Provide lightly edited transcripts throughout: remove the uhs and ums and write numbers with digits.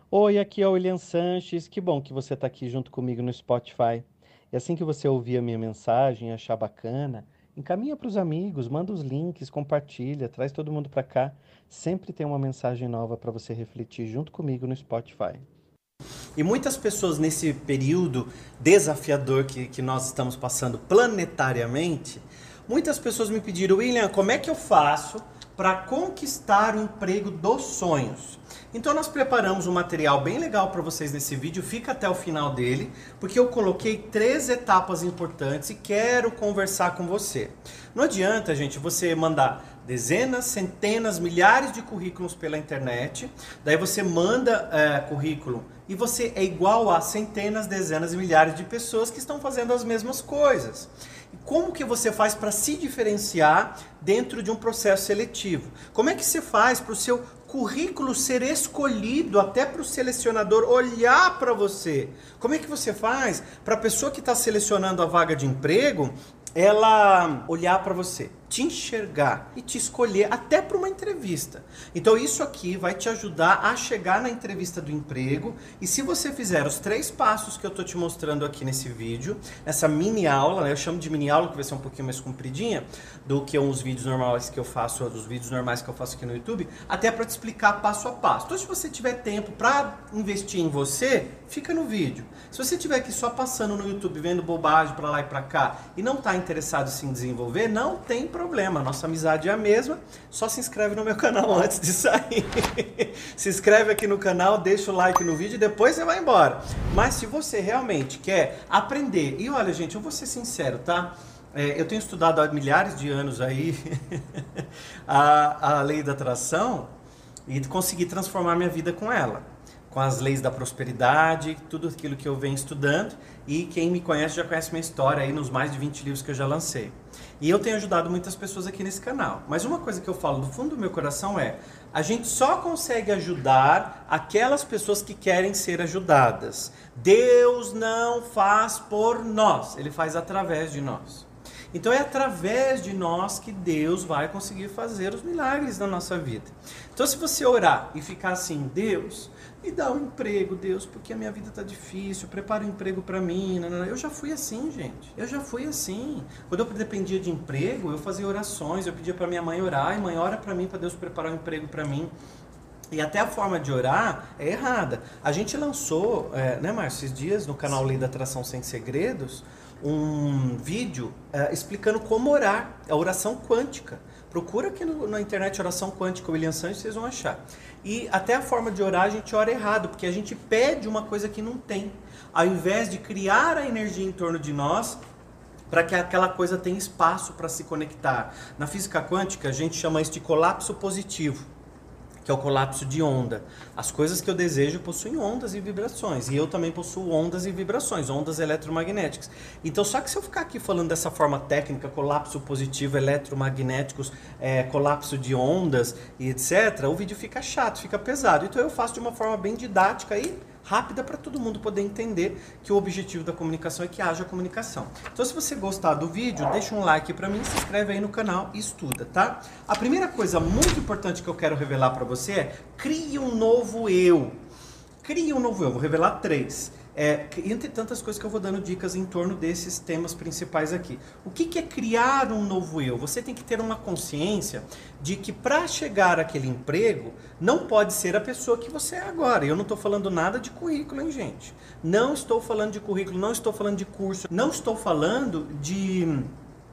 Oi, aqui é o William Sanches. Que bom que você está aqui junto comigo no Spotify. E assim que você ouvir a minha mensagem e achar bacana, encaminha para os amigos, manda os links, compartilha, traz todo mundo para cá. Sempre tem uma mensagem nova para você refletir junto comigo no Spotify. E muitas pessoas nesse período desafiador que nós estamos passando planetariamente, muitas pessoas me pediram: William, como é que eu faço para conquistar o emprego dos sonhos? Então nós preparamos um material bem legal para vocês nesse vídeo, fica até o final dele, porque eu coloquei 3 etapas importantes e quero conversar com você. Não adianta, gente, você mandar dezenas, centenas, milhares de currículos pela internet, daí você manda currículo e você é igual a centenas, dezenas e milhares de pessoas que estão fazendo as mesmas coisas. E como que você faz para se diferenciar dentro de um processo seletivo? Como é que você faz para o seu currículo ser escolhido, até para o selecionador olhar para você? Como é que você faz para a pessoa que está selecionando a vaga de emprego ela olhar para você, te enxergar e te escolher até para uma entrevista? Então isso aqui vai te ajudar a chegar na entrevista do emprego. E se você fizer os 3 passos que eu tô te mostrando aqui nesse vídeo, essa mini aula, né? Eu chamo de mini aula, que vai ser um pouquinho mais compridinha do que os vídeos normais que eu faço, dos vídeos normais que eu faço aqui no YouTube, até para te explicar passo a passo. Então se você tiver tempo para investir em você, fica no vídeo. Se você tiver aqui só passando no YouTube, vendo bobagem para lá e para cá e não tá interessado em se desenvolver, não tem problema, nossa amizade é a mesma, só se inscreve no meu canal antes de sair. Se inscreve aqui no canal, deixa o like no vídeo e depois você vai embora. Mas se você realmente quer aprender, e olha gente, eu vou ser sincero, tá? Eu tenho estudado há milhares de anos aí a lei da atração e consegui transformar minha vida com ela, com as leis da prosperidade, tudo aquilo que eu venho estudando. E quem me conhece já conhece minha história aí nos mais de 20 livros que eu já lancei. E eu tenho ajudado muitas pessoas aqui nesse canal. Mas uma coisa que eu falo do fundo do meu coração é: a gente só consegue ajudar aquelas pessoas que querem ser ajudadas. Deus não faz por nós, Ele faz através de nós. Então é através de nós que Deus vai conseguir fazer os milagres na nossa vida. Então se você orar e ficar assim: Deus, me dá um emprego, Deus, porque a minha vida está difícil, prepara um emprego para mim. Não. Eu já fui assim, gente. Eu já fui assim. Quando eu dependia de emprego, eu fazia orações, eu pedia para minha mãe orar, e mãe, ora para mim, para Deus preparar um emprego para mim. E até a forma de orar é errada. A gente lançou, né, Márcio, esses dias no canal Lei da Atração Sem Segredos, um vídeo explicando como orar, a oração quântica. Procura aqui na internet oração quântica, William Sanches, vocês vão achar. E até a forma de orar a gente ora errado, porque a gente pede uma coisa que não tem. Ao invés de criar a energia em torno de nós, para que aquela coisa tenha espaço para se conectar. Na física quântica a gente chama isso de colapso positivo, que é o colapso de onda. As coisas que eu desejo possuem ondas e vibrações, e eu também possuo ondas e vibrações, ondas eletromagnéticas. Então, só que se eu ficar aqui falando dessa forma técnica, colapso positivo, eletromagnéticos, colapso de ondas e etc., o vídeo fica chato, fica pesado. Então eu faço de uma forma bem didática e rápida para todo mundo poder entender que o objetivo da comunicação é que haja comunicação. Então se você gostar do vídeo, deixa um like para mim, se inscreve aí no canal e estuda, tá? A primeira coisa muito importante que eu quero revelar para você é: crie um novo eu. Crie um novo eu, vou revelar 3. Entre tantas coisas que eu vou dando dicas em torno desses temas principais aqui. O que é criar um novo eu? Você tem que ter uma consciência de que para chegar àquele emprego, não pode ser a pessoa que você é agora. Eu não estou falando nada de currículo, hein, gente? Não estou falando de currículo, não estou falando de curso, não estou falando de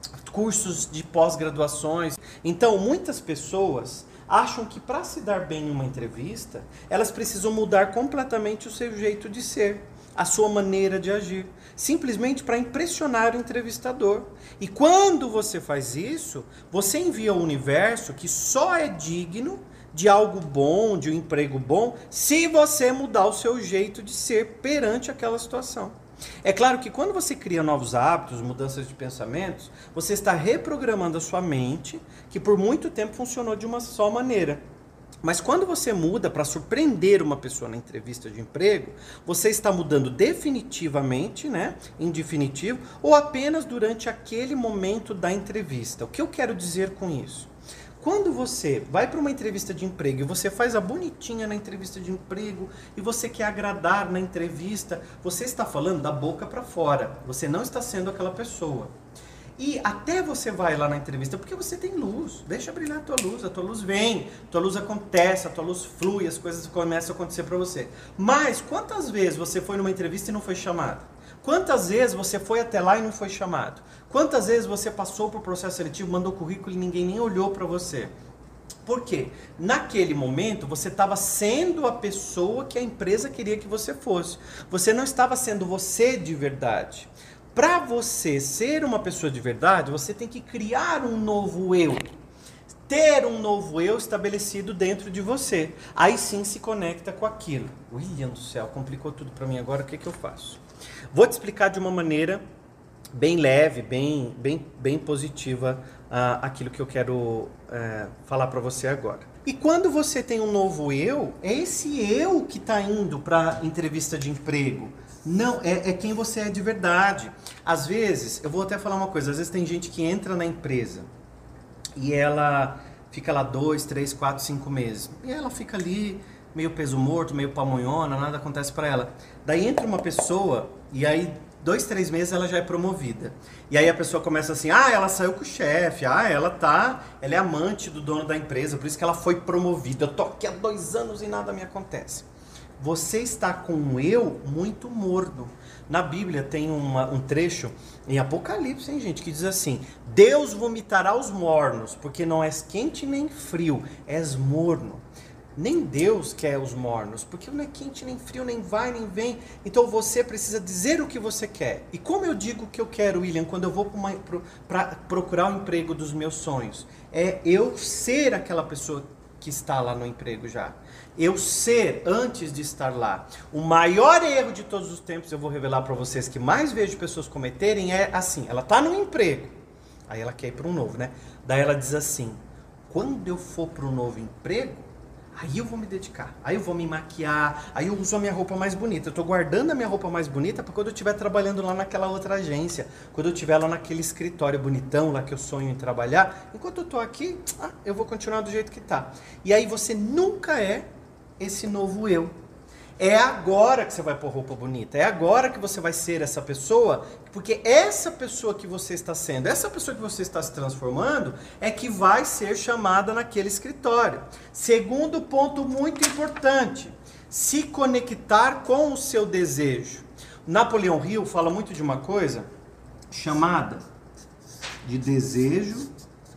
cursos de pós-graduações. Então, muitas pessoas acham que para se dar bem em uma entrevista, elas precisam mudar completamente o seu jeito de ser, a sua maneira de agir, simplesmente para impressionar o entrevistador. E quando você faz isso, você envia ao universo que só é digno de algo bom, de um emprego bom, se você mudar o seu jeito de ser perante aquela situação. É claro que quando você cria novos hábitos, mudanças de pensamentos, você está reprogramando a sua mente, que por muito tempo funcionou de uma só maneira. Mas quando você muda para surpreender uma pessoa na entrevista de emprego, você está mudando definitivamente, né, em definitivo, ou apenas durante aquele momento da entrevista. O que eu quero dizer com isso? Quando você vai para uma entrevista de emprego e você faz a bonitinha na entrevista de emprego e você quer agradar na entrevista, você está falando da boca para fora. Você não está sendo aquela pessoa. E até você vai lá na entrevista, porque você tem luz, deixa brilhar a tua luz vem, tua luz acontece, a tua luz flui, as coisas começam a acontecer para você. Mas quantas vezes você foi numa entrevista e não foi chamado? Quantas vezes você foi até lá e não foi chamado? Quantas vezes você passou por processo seletivo, mandou currículo e ninguém nem olhou para você? Por quê? Naquele momento você estava sendo a pessoa que a empresa queria que você fosse. Você não estava sendo você de verdade. Para você ser uma pessoa de verdade, você tem que criar um novo eu. Ter um novo eu estabelecido dentro de você. Aí sim se conecta com aquilo. William do céu, complicou tudo para mim agora, o que eu faço? Vou te explicar de uma maneira bem leve, bem positiva aquilo que eu quero falar para você agora. E quando você tem um novo eu, é esse eu que está indo para entrevista de emprego. Não, é quem você é de verdade. Às vezes, eu vou até falar uma coisa, às vezes tem gente que entra na empresa e ela fica lá 2, 3, 4, 5 meses. E ela fica ali meio peso morto, meio pamonhona, nada acontece para ela. Daí entra uma pessoa e aí 2, 3 meses ela já é promovida. E aí a pessoa começa assim, ela saiu com o chefe, ela é amante do dono da empresa, por isso que ela foi promovida. Eu tô aqui há 2 anos e nada me acontece. Você está com um eu muito morno. Na Bíblia tem um trecho em Apocalipse, hein, gente, que diz assim: Deus vomitará os mornos, porque não és quente nem frio, és morno. Nem Deus quer os mornos, porque não é quente nem frio, nem vai nem vem. Então você precisa dizer o que você quer. E como eu digo o que eu quero, William, quando eu vou para procurar o emprego dos meus sonhos? É eu ser aquela pessoa que está lá no emprego já. Eu ser antes de estar lá. O maior erro de todos os tempos, eu vou revelar para vocês, que mais vejo pessoas cometerem, é assim: ela está no emprego, aí ela quer ir para um novo, né? Daí ela diz assim: quando eu for para um novo emprego, aí eu vou me dedicar, aí eu vou me maquiar, aí eu uso a minha roupa mais bonita. Eu estou guardando a minha roupa mais bonita para quando eu estiver trabalhando lá naquela outra agência, quando eu estiver lá naquele escritório bonitão lá que eu sonho em trabalhar. Enquanto eu estou aqui, eu vou continuar do jeito que está. E aí você nunca é esse novo eu. É agora que você vai pôr roupa bonita, é agora que você vai ser essa pessoa, porque essa pessoa que você está sendo, essa pessoa que você está se transformando, é que vai ser chamada naquele escritório. Segundo ponto muito importante, se conectar com o seu desejo. Napoleão Hill fala muito de uma coisa chamada de desejo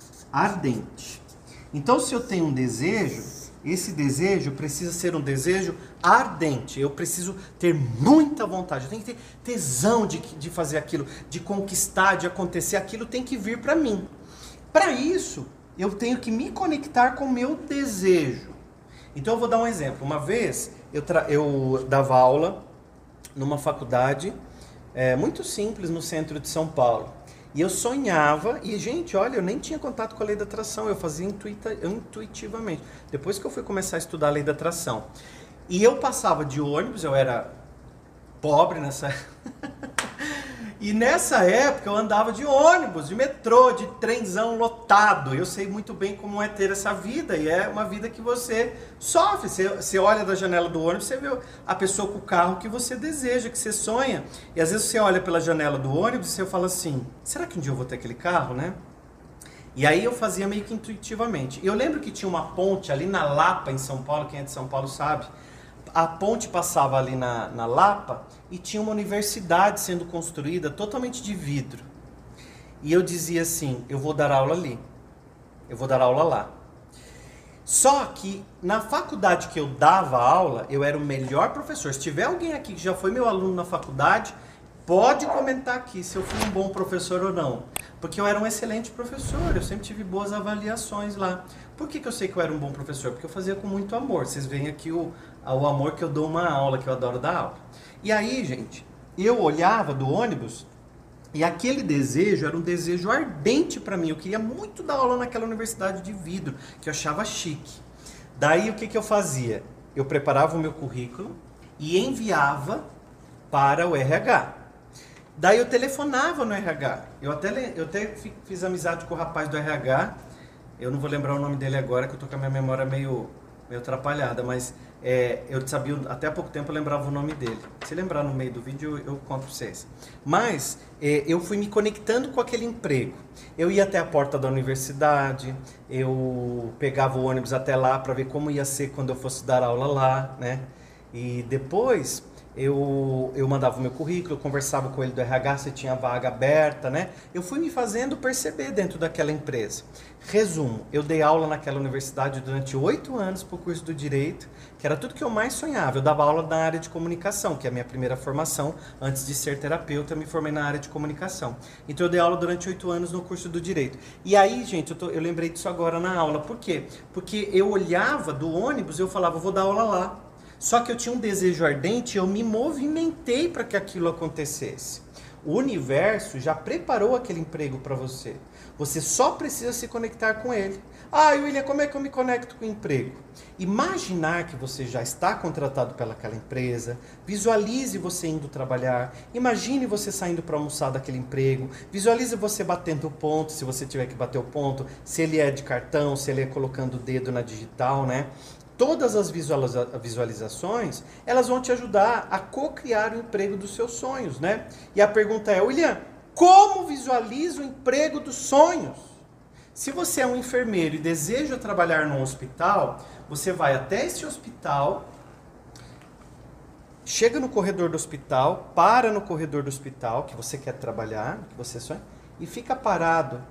ardente. Então, se eu tenho um desejo, esse desejo precisa ser um desejo ardente. Eu preciso ter muita vontade, eu tenho que ter tesão de fazer aquilo, de conquistar, de acontecer. Aquilo tem que vir para mim. Para isso, eu tenho que me conectar com o meu desejo. Então eu vou dar um exemplo. Uma vez eu dava aula numa faculdade muito simples no centro de São Paulo. E eu sonhava, e gente, olha, eu nem tinha contato com a lei da atração, eu fazia intuitivamente. Depois que eu fui começar a estudar a lei da atração. E eu passava de ônibus, eu era pobre nessa... E nessa época eu andava de ônibus, de metrô, de trenzão lotado. Eu sei muito bem como é ter essa vida, e é uma vida que você sofre. Você olha da janela do ônibus, você vê a pessoa com o carro que você deseja, que você sonha. E às vezes você olha pela janela do ônibus e você fala assim: será que um dia eu vou ter aquele carro, né? E aí eu fazia meio que intuitivamente. Eu lembro que tinha uma ponte ali na Lapa, em São Paulo, quem é de São Paulo sabe. A ponte passava ali na Lapa e tinha uma universidade sendo construída totalmente de vidro. E eu dizia assim: eu vou dar aula ali, eu vou dar aula lá. Só que na faculdade que eu dava aula, eu era o melhor professor. Se tiver alguém aqui que já foi meu aluno na faculdade, pode comentar aqui se eu fui um bom professor ou não. Porque eu era um excelente professor, eu sempre tive boas avaliações lá. Por que eu sei que eu era um bom professor? Porque eu fazia com muito amor. Vocês veem aqui o amor que eu dou uma aula, que eu adoro dar aula. E aí, gente, eu olhava do ônibus e aquele desejo era um desejo ardente para mim. Eu queria muito dar aula naquela universidade de vidro, que eu achava chique. Daí, o que eu fazia? Eu preparava o meu currículo e enviava para o RH. Daí eu telefonava no RH. Eu até fiz amizade com o rapaz do RH. Eu não vou lembrar o nome dele agora, que eu tô com a minha memória meio atrapalhada, mas eu sabia, até há pouco tempo eu lembrava o nome dele. Se lembrar no meio do vídeo, eu conto pra vocês. Mas eu fui me conectando com aquele emprego. Eu ia até a porta da universidade, eu pegava o ônibus até lá para ver como ia ser quando eu fosse dar aula lá, né? E depois eu mandava o meu currículo, eu conversava com ele do RH se tinha vaga aberta, né? Eu fui me fazendo perceber dentro daquela empresa. Resumo, eu dei aula naquela universidade durante 8 anos para o curso do Direito, que era tudo que eu mais sonhava. Eu dava aula na área de comunicação, que é a minha primeira formação. Antes de ser terapeuta, eu me formei na área de comunicação. Então eu dei aula durante 8 anos no curso do Direito. E aí, gente, eu lembrei disso agora na aula. Por quê? Porque eu olhava do ônibus e eu falava, vou dar aula lá. Só que eu tinha um desejo ardente e eu me movimentei para que aquilo acontecesse. O universo já preparou aquele emprego para você. Você só precisa se conectar com ele. Ah, William, como é que eu me conecto com o emprego? Imaginar que você já está contratado pelaquela empresa, visualize você indo trabalhar, imagine você saindo para almoçar daquele emprego, visualize você batendo o ponto, se você tiver que bater o ponto, se ele é de cartão, se ele é colocando o dedo na digital, né? Todas as visualizações, elas vão te ajudar a co-criar o emprego dos seus sonhos, né? E a pergunta é, William, como visualiza o emprego dos sonhos? Se você é um enfermeiro e deseja trabalhar num hospital, você vai até esse hospital, chega no corredor do hospital, para no corredor do hospital, que você quer trabalhar, que você sonha, e fica parado.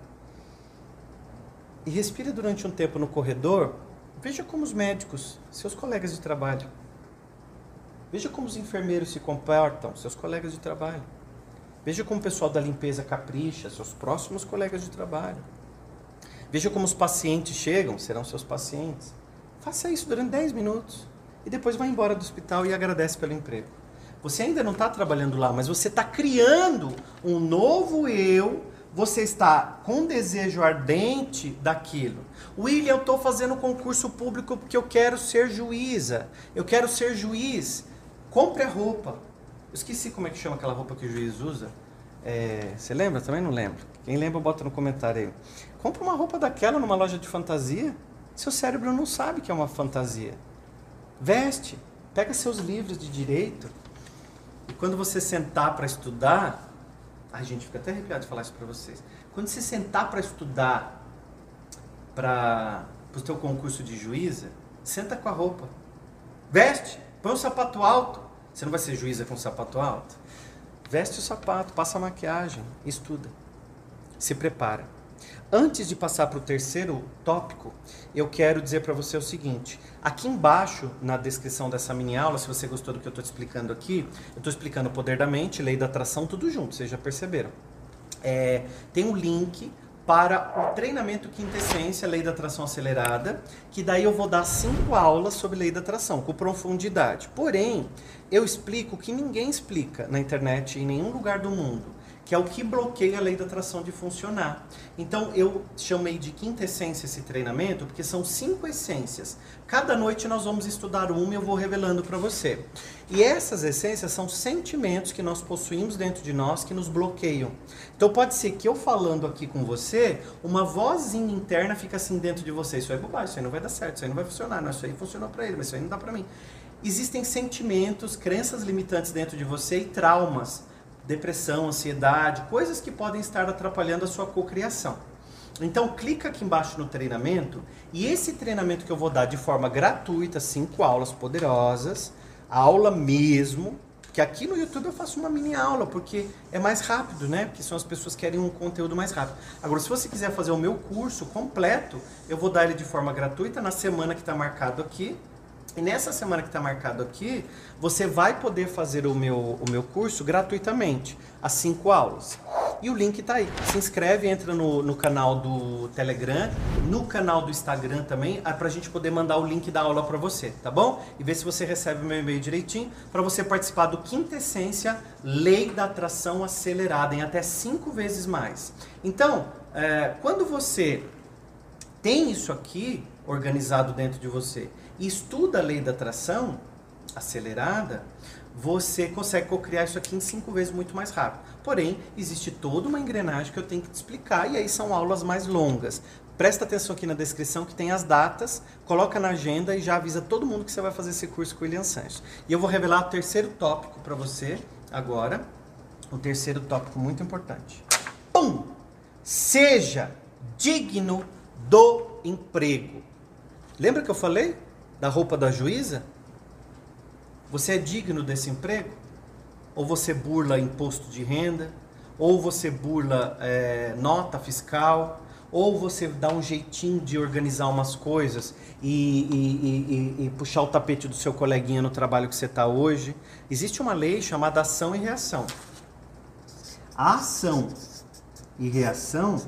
E respira durante um tempo no corredor. Veja como os médicos, seus colegas de trabalho. Veja como os enfermeiros se comportam, seus colegas de trabalho. Veja como o pessoal da limpeza capricha, seus próximos colegas de trabalho. Veja como os pacientes chegam, serão seus pacientes. Faça isso durante 10 minutos e depois vá embora do hospital e agradece pelo emprego. Você ainda não está trabalhando lá, mas você está criando um novo eu. Você está com desejo ardente daquilo. William, eu estou fazendo concurso público porque eu quero ser juíza. Eu quero ser juiz. Compre a roupa. Eu esqueci como é que chama aquela roupa que o juiz usa. Você lembra? Também não lembro. Quem lembra, bota no comentário aí. Compre uma roupa daquela numa loja de fantasia. Seu cérebro não sabe que é uma fantasia. Veste. Pega seus livros de direito. E quando você sentar para estudar... Ai, gente, fica até arrepiado de falar isso para vocês. Quando você sentar para estudar para o teu concurso de juíza, senta com a roupa. Veste, põe o sapato alto. Você não vai ser juíza com sapato alto? Veste o sapato, passa a maquiagem, estuda. Se prepara. Antes de passar para o terceiro tópico, eu quero dizer para você o seguinte. Aqui embaixo, na descrição dessa mini aula, se você gostou do que eu estou te explicando aqui, eu estou explicando o poder da mente, lei da atração, tudo junto, vocês já perceberam. Tem um link para o treinamento Quinta Essência, lei da atração acelerada, que daí eu vou dar 5 aulas sobre lei da atração, com profundidade. Porém, eu explico o que ninguém explica na internet, em nenhum lugar do mundo, que é o que bloqueia a lei da atração de funcionar. Então, eu chamei de Quinta Essência esse treinamento, porque são 5 essências. Cada noite nós vamos estudar uma e eu vou revelando para você. E essas essências são sentimentos que nós possuímos dentro de nós que nos bloqueiam. Então, pode ser que eu falando aqui com você, uma vozinha interna fica assim dentro de você. Isso é bobagem, isso aí não vai dar certo, isso aí não vai funcionar. Não, isso aí funcionou para ele, mas isso aí não dá para mim. Existem sentimentos, crenças limitantes dentro de você e traumas. Depressão, ansiedade, coisas que podem estar atrapalhando a sua cocriação. Então, clica aqui embaixo no treinamento e esse treinamento que eu vou dar de forma gratuita, 5 aulas poderosas, aula mesmo, que aqui no YouTube eu faço uma mini aula, porque é mais rápido, né? Porque são as pessoas que querem um conteúdo mais rápido. Agora, se você quiser fazer o meu curso completo, eu vou dar ele de forma gratuita na semana que está marcado aqui. E nessa semana que está marcado aqui, você vai poder fazer o meu curso gratuitamente, as 5 aulas. E o link está aí. Se inscreve, entra no canal do Telegram, no canal do Instagram também, para a gente poder mandar o link da aula para você, tá bom? E ver se você recebe o meu e-mail direitinho, para você participar do Quinta Essência, Lei da Atração Acelerada, em até 5 vezes mais. Então, quando você tem isso aqui organizado dentro de você e estuda a lei da atração acelerada, você consegue cocriar isso aqui em 5 vezes muito mais rápido. Porém, existe toda uma engrenagem que eu tenho que te explicar e aí são aulas mais longas. presta atenção aqui na descrição que tem as datas, coloca na agenda e já avisa todo mundo que você vai fazer esse curso com o William Sanches. E eu vou revelar o terceiro tópico para você agora, o terceiro tópico muito importante. Pum! Seja digno do emprego. Lembra que eu falei da roupa da juíza? Você é digno desse emprego? Ou você burla imposto de renda? Ou você burla nota fiscal? Ou você dá um jeitinho de organizar umas coisas e puxar o tapete do seu coleguinha no trabalho que você está hoje? Existe uma lei chamada ação e reação. A ação e reação,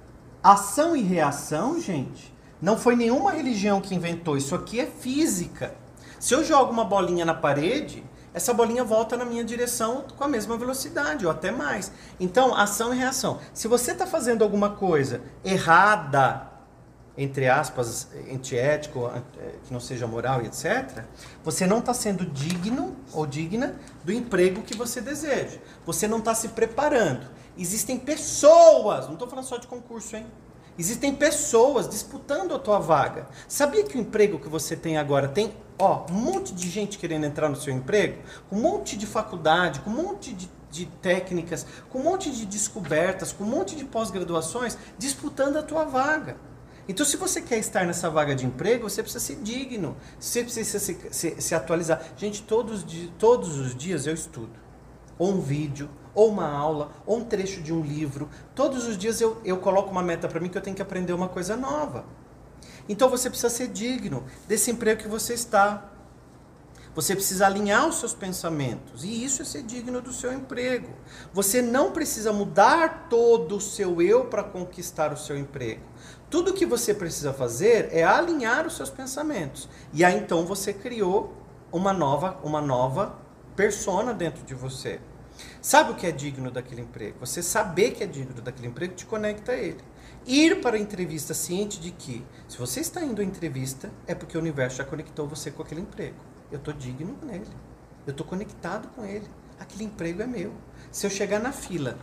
gente, não foi nenhuma religião que inventou. Isso aqui é física. Se eu jogo uma bolinha na parede, essa bolinha volta na minha direção com a mesma velocidade, ou até mais. Então, ação e reação. Se você está fazendo alguma coisa errada, entre aspas, antiético, que não seja moral e etc., você não está sendo digno ou digna do emprego que você deseja. Você não está se preparando. Existem pessoas, não estou falando só de concurso, hein? Existem pessoas disputando a tua vaga. Sabia que o emprego que você tem agora tem um monte de gente querendo entrar no seu emprego? Com um monte de faculdade, com um monte de técnicas, com um monte de descobertas, com um monte de pós-graduações disputando a tua vaga. Então, se você quer estar nessa vaga de emprego, você precisa ser digno, você precisa se atualizar. Gente, todos os dias eu estudo. Ou um vídeo, ou uma aula, ou um trecho de um livro. Todos os dias eu coloco uma meta para mim que eu tenho que aprender uma coisa nova. Então você precisa ser digno desse emprego que você está. Você precisa alinhar os seus pensamentos. E isso é ser digno do seu emprego. Você não precisa mudar todo o seu eu para conquistar o seu emprego. Tudo que você precisa fazer é alinhar os seus pensamentos. E aí então você criou uma nova persona dentro de você. Sabe o que é digno daquele emprego? Você saber que é digno daquele emprego te conecta a ele. Ir para a entrevista ciente de que, se você está indo à entrevista, é porque o universo já conectou você com aquele emprego. Eu estou digno nele. Eu estou conectado com ele. Aquele emprego é meu. Se eu chegar na fila,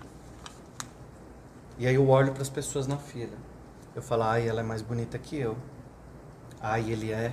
e aí eu olho para as pessoas na fila, eu falo, ai, ela é mais bonita que eu. Ai, ele é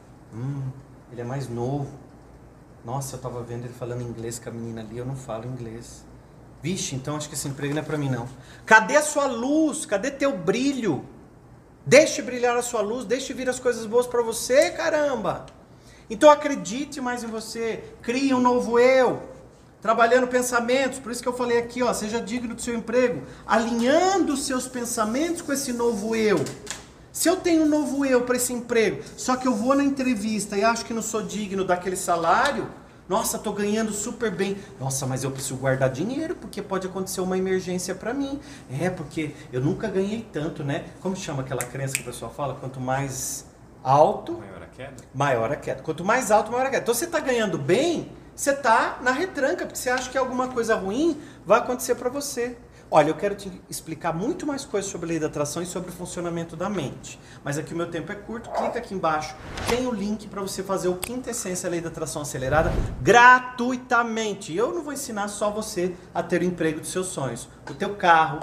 mais novo. Nossa, eu estava vendo ele falando inglês com a menina ali, eu não falo inglês. Vixe, então acho que esse emprego não é para mim não. Cadê a sua luz? Cadê teu brilho? Deixe brilhar a sua luz, deixe vir as coisas boas para você, caramba. Então acredite mais em você, crie um novo eu, trabalhando pensamentos. Por isso que eu falei aqui, seja digno do seu emprego, alinhando os seus pensamentos com esse novo eu. Se eu tenho um novo eu para esse emprego, só que eu vou na entrevista e acho que não sou digno daquele salário, nossa, tô ganhando super bem. Nossa, mas eu preciso guardar dinheiro porque pode acontecer uma emergência para mim. Porque eu nunca ganhei tanto, né? Como chama aquela crença que o pessoal fala? Quanto mais alto, maior a queda. Maior a queda. Quanto mais alto, maior a queda. Então você tá ganhando bem, você tá na retranca, porque você acha que alguma coisa ruim vai acontecer para você. Olha, eu quero te explicar muito mais coisas sobre a lei da atração e sobre o funcionamento da mente. Mas aqui o meu tempo é curto, clica aqui embaixo, tem o link para você fazer o Quinta Essência Lei da Atração Acelerada gratuitamente. Eu não vou ensinar só você a ter o emprego dos seus sonhos. O teu carro,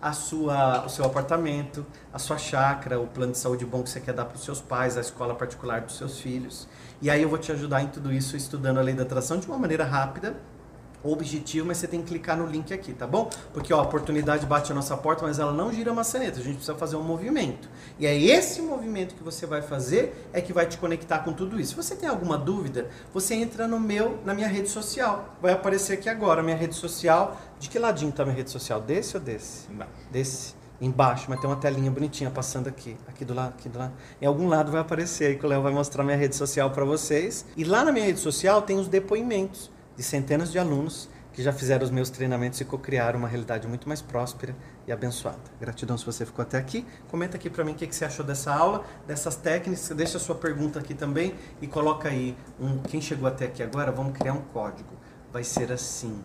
o seu apartamento, a sua chácara, o plano de saúde bom que você quer dar para os seus pais, a escola particular dos seus filhos. E aí eu vou te ajudar em tudo isso estudando a lei da atração de uma maneira rápida, objetivo, mas você tem que clicar no link aqui, tá bom? Porque a oportunidade bate a nossa porta, mas ela não gira a maçaneta, a gente precisa fazer um movimento. E é esse movimento que você vai fazer é que vai te conectar com tudo isso. Se você tem alguma dúvida, você entra na minha rede social. Vai aparecer aqui agora a minha rede social. De que ladinho tá a minha rede social? Desse ou desse? Embaixo. Desse. Embaixo, mas tem uma telinha bonitinha passando aqui. Aqui do lado, aqui do lado. Em algum lado vai aparecer aí que o Léo vai mostrar minha rede social para vocês. E lá na minha rede social tem os depoimentos de centenas de alunos que já fizeram os meus treinamentos e co-criaram uma realidade muito mais próspera e abençoada. Gratidão se você ficou até aqui. Comenta aqui para mim o que você achou dessa aula, dessas técnicas. Deixa a sua pergunta aqui também e coloca aí. Quem chegou até aqui agora, vamos criar um código. Vai ser assim.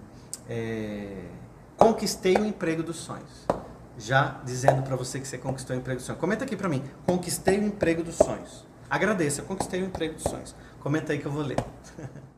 Conquistei o emprego dos sonhos. Já dizendo para você que você conquistou o emprego dos sonhos. Comenta aqui para mim. Conquistei o emprego dos sonhos. Agradeça. Conquistei o emprego dos sonhos. Comenta aí que eu vou ler.